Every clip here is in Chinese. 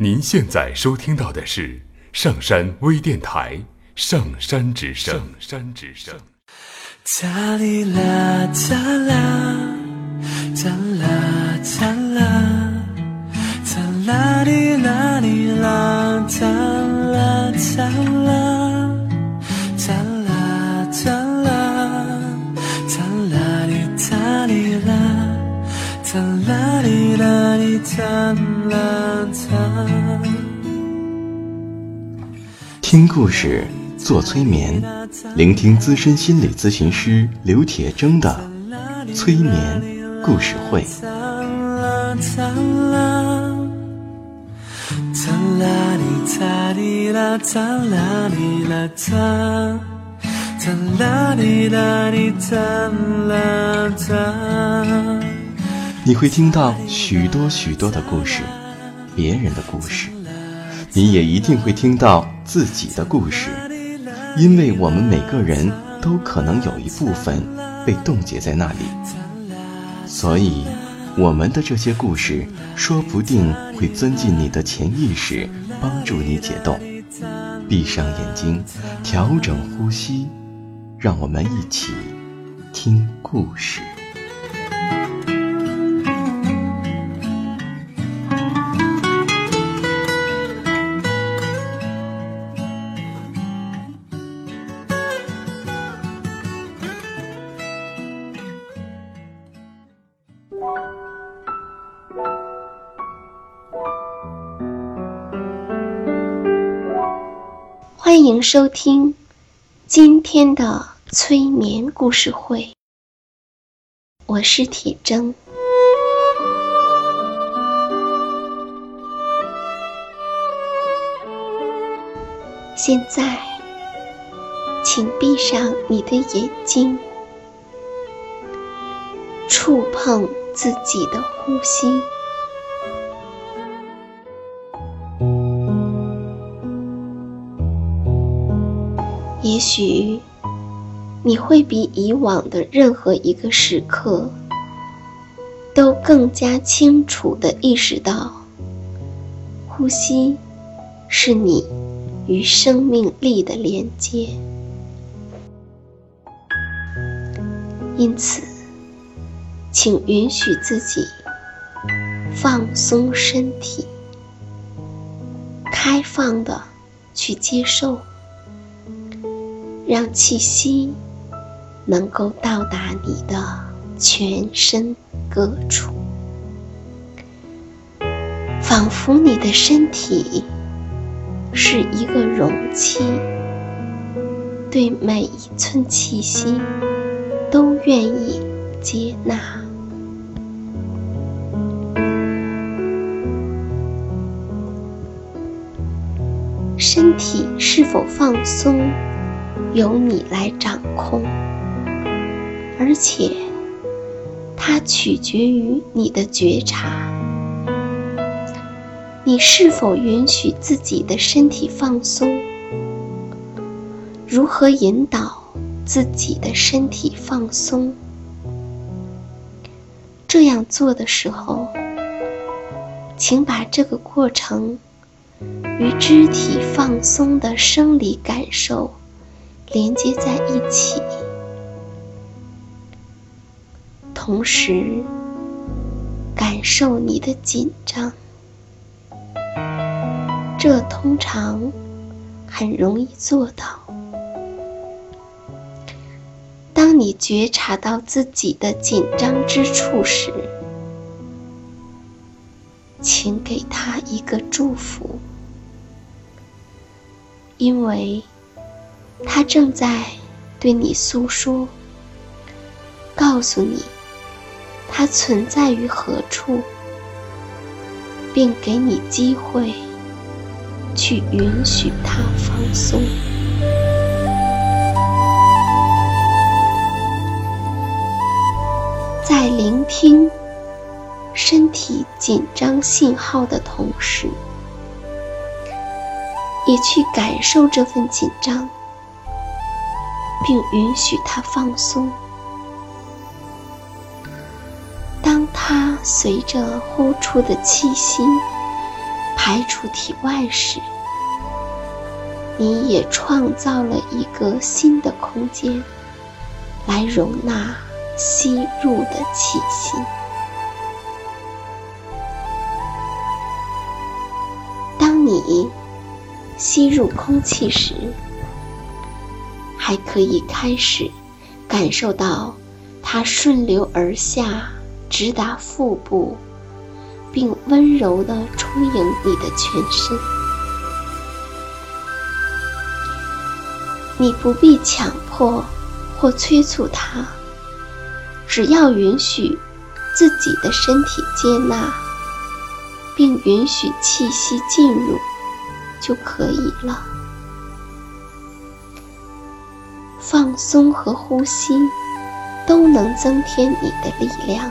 您现在收听到的是上山微电台上山之声。 哒哩啦哒啦，哒啦哒啦，哒啦哩啦哩啦，哒啦哒啦，哒啦哒啦，哒啦哩哒哩啦，哒啦哩啦哩哒啦哒。 听故事，做催眠，聆听资深心理咨询师刘铁铮的催眠故事会。你会听到许多许多的故事，别人的故事，你也一定会听到自己的故事，因为我们每个人都可能有一部分被冻结在那里，所以我们的这些故事说不定会钻进你的潜意识，帮助你解冻。闭上眼睛，调整呼吸，让我们一起听故事。 欢迎收听今天的催眠故事会，我是铁铮。现在，请闭上你的眼睛，触碰自己的呼吸。也许你会比以往的任何一个时刻都更加清楚地意识到，呼吸是你与生命力的连接。因此，请允许自己放松身体，开放地去接受，让气息能够到达你的全身各处，仿佛你的身体是一个容器，对每一寸气息都愿意接纳。身体是否放松由你来掌控，而且它取决于你的觉察。你是否允许自己的身体放松？如何引导自己的身体放松？这样做的时候，请把这个过程与肢体放松的生理感受连接在一起，同时感受你的紧张。这通常很容易做到。当你觉察到自己的紧张之处时，请给他一个祝福，因为他正在对你诉说，告诉你它存在于何处，并给你机会去允许它放松。在聆听身体紧张信号的同时，也去感受这份紧张，并允许它放松。当它随着呼出的气息排出体外时，你也创造了一个新的空间来容纳吸入的气息。当你吸入空气时，还可以开始感受到它顺流而下，直达腹部，并温柔地充盈你的全身。你不必强迫或催促它，只要允许自己的身体接纳，并允许气息进入就可以了。放松和呼吸都能增添你的力量，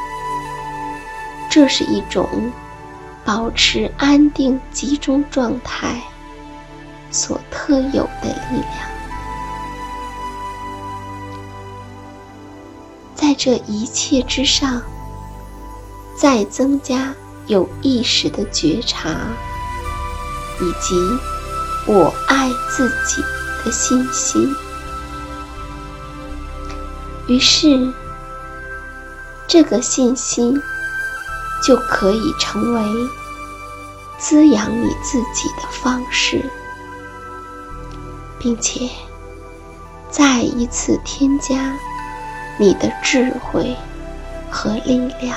这是一种保持安定集中状态所特有的力量。在这一切之上，再增加有意识的觉察，以及我爱自己的信心。于是，这个信心就可以成为滋养你自己的方式，并且再一次添加你的智慧和力量。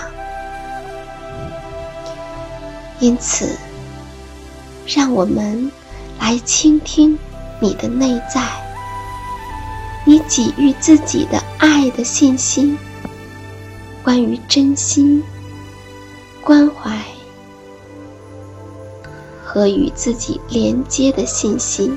因此，让我们来倾听你的内在，你给予自己的爱的信心，关于真心、关怀和与自己连接的信心。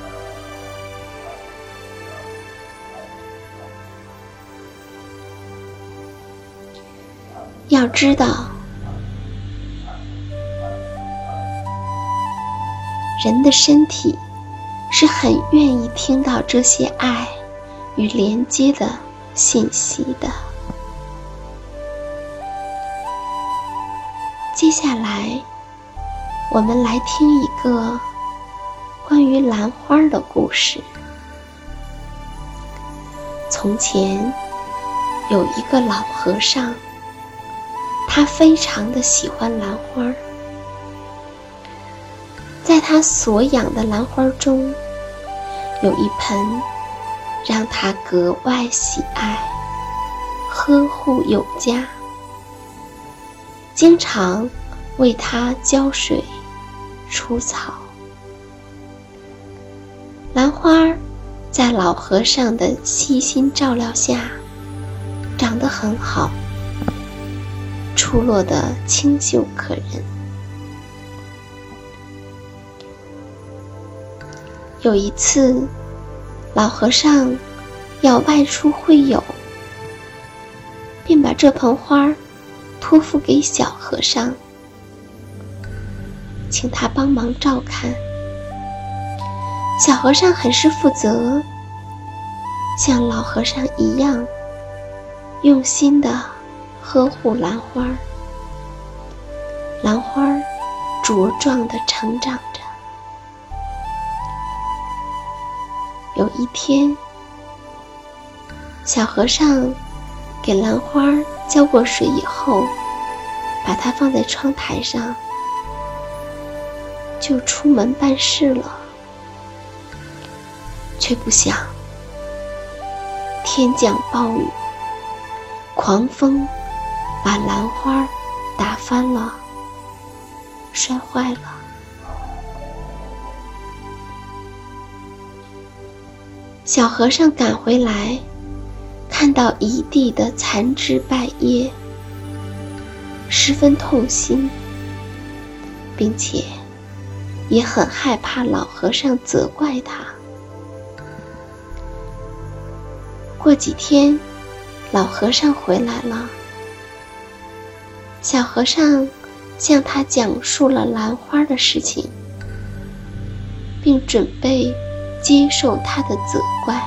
要知道，人的身体是很愿意听到这些爱与连接的信息的。接下来，我们来听一个关于兰花的故事。从前，有一个老和尚，他非常的喜欢兰花。在他所养的兰花中，有一盆让他格外喜爱，呵护有加，经常为它浇水除草。兰花在老和尚的细心照料下长得很好，出落得清秀可人。有一次，老和尚要外出会友，便把这盆花托付给小和尚，请他帮忙照看。小和尚很是负责，像老和尚一样用心地呵护兰花。兰花茁壮地成长着。有一天，小和尚给兰花浇过水以后，把它放在窗台上，就出门办事了。却不想天降暴雨，狂风把兰花打翻了，摔坏了。小和尚赶回来，看到一地的残枝败叶，十分痛心，并且也很害怕老和尚责怪他。过几天，老和尚回来了，小和尚向他讲述了兰花的事情，并准备接受他的责怪。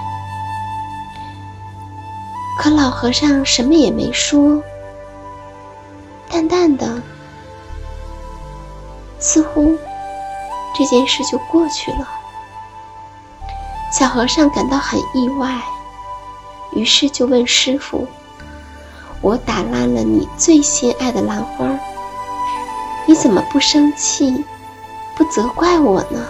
可老和尚什么也没说，淡淡的似乎这件事就过去了。小和尚感到很意外，于是就问师父：我打烂了你最心爱的兰花，你怎么不生气，不责怪我呢？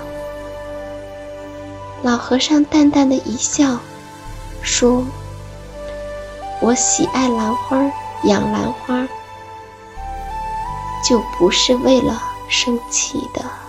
老和尚淡淡的一笑，说：我喜爱兰花，养兰花，就不是为了生气的。